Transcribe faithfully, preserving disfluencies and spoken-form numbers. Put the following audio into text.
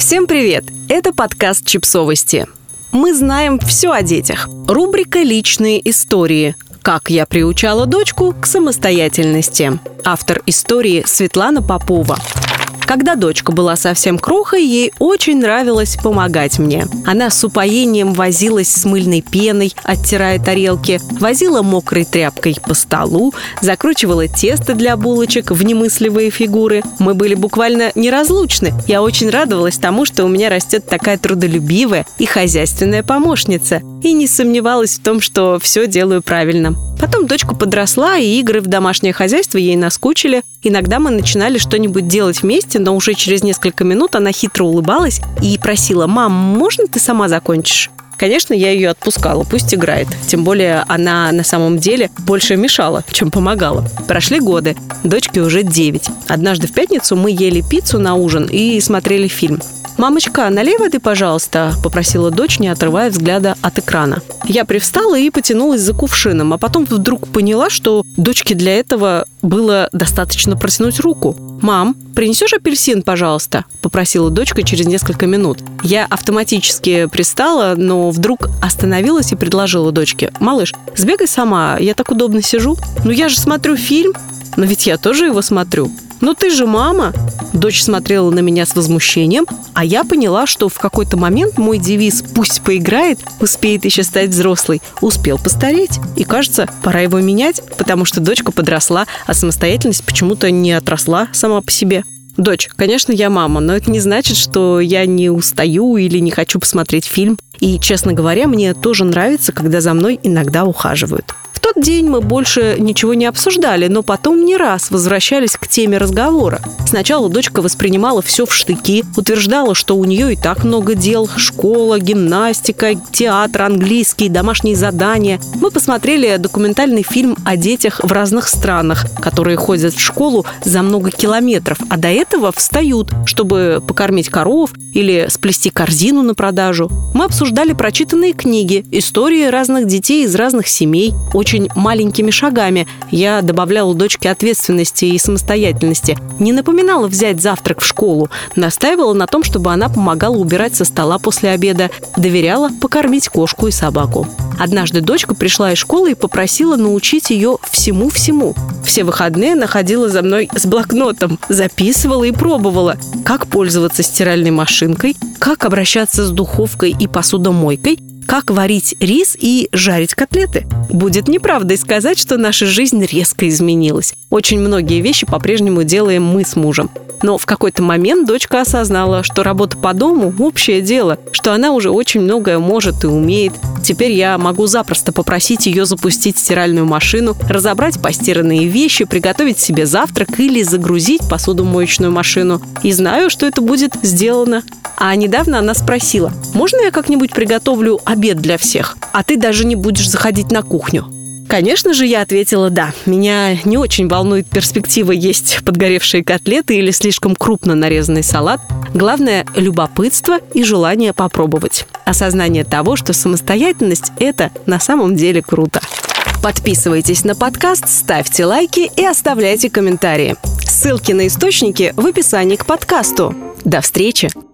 Всем привет! Это подкаст «Чипсовости». Мы знаем все о детях. Рубрика «Личные истории». Как я приучала дочку к самостоятельности. Автор истории Светлана Попова. Когда дочка была совсем крохой, ей очень нравилось помогать мне. Она с упоением возилась с мыльной пеной, оттирая тарелки, возила мокрой тряпкой по столу, закручивала тесто для булочек в немыслимые фигуры. Мы были буквально неразлучны. Я очень радовалась тому, что у меня растет такая трудолюбивая и хозяйственная помощница. И не сомневалась в том, что все делаю правильно. Потом дочка подросла, и игры в домашнее хозяйство ей наскучили. Иногда мы начинали что-нибудь делать вместе, но уже через несколько минут она хитро улыбалась и просила: «Мам, можно ты сама закончишь?» Конечно, я ее отпускала, пусть играет. Тем более она на самом деле больше мешала, чем помогала. Прошли годы, дочке уже девять. Однажды в пятницу мы ели пиццу на ужин и смотрели фильм. «Мамочка, налей воды, пожалуйста», – попросила дочь, не отрывая взгляда от экрана. Я привстала и потянулась за кувшином, а потом вдруг поняла, что дочке для этого было достаточно протянуть руку. «Мам, принесешь апельсин, пожалуйста?» – попросила дочка через несколько минут. Я автоматически пристала, но вдруг остановилась и предложила дочке: «Малыш, сбегай сама, я так удобно сижу. Ну я же смотрю фильм, но ведь я тоже его смотрю. Ну ты же мама!» Дочь смотрела на меня с возмущением, а я поняла, что в какой-то момент мой девиз «пусть поиграет, успеет еще стать взрослой» успел постареть. И кажется, пора его менять, потому что дочка подросла, а самостоятельность почему-то не отросла сама по себе. «Дочь, конечно, я мама, но это не значит, что я не устаю или не хочу посмотреть фильм. И, честно говоря, мне тоже нравится, когда за мной иногда ухаживают». В тот день мы больше ничего не обсуждали, но потом не раз возвращались к теме разговора. Сначала дочка воспринимала все в штыки, утверждала, что у нее и так много дел: школа, гимнастика, театр, английский, домашние задания. Мы посмотрели документальный фильм о детях в разных странах, которые ходят в школу за много километров, а до этого встают, чтобы покормить коров или сплести корзину на продажу. Мы обсуждали прочитанные книги, истории разных детей из разных семей. Очень маленькими шагами я добавляла дочке ответственности и самостоятельности. Не напоминала взять завтрак в школу, настаивала на том, чтобы она помогала убирать со стола после обеда, доверяла покормить кошку и собаку. Однажды дочка пришла из школы и попросила научить ее всему-всему. Все выходные она ходила за мной с блокнотом, записывала и пробовала, как пользоваться стиральной машинкой, как обращаться с духовкой и посудомойкой, как варить рис и жарить котлеты. Будет неправдой сказать, что наша жизнь резко изменилась. Очень многие вещи по-прежнему делаем мы с мужем. Но в какой-то момент дочка осознала, что работа по дому – общее дело, что она уже очень многое может и умеет. Теперь я могу запросто попросить ее запустить стиральную машину, разобрать постиранные вещи, приготовить себе завтрак или загрузить посудомоечную машину. И знаю, что это будет сделано. А недавно она спросила: «Можно я как-нибудь приготовлю обед для всех, а ты даже не будешь заходить на кухню?» Конечно же, я ответила «да». Меня не очень волнует перспектива есть подгоревшие котлеты или слишком крупно нарезанный салат. Главное – любопытство и желание попробовать. Осознание того, что самостоятельность – это на самом деле круто. Подписывайтесь на подкаст, ставьте лайки и оставляйте комментарии. Ссылки на источники в описании к подкасту. До встречи!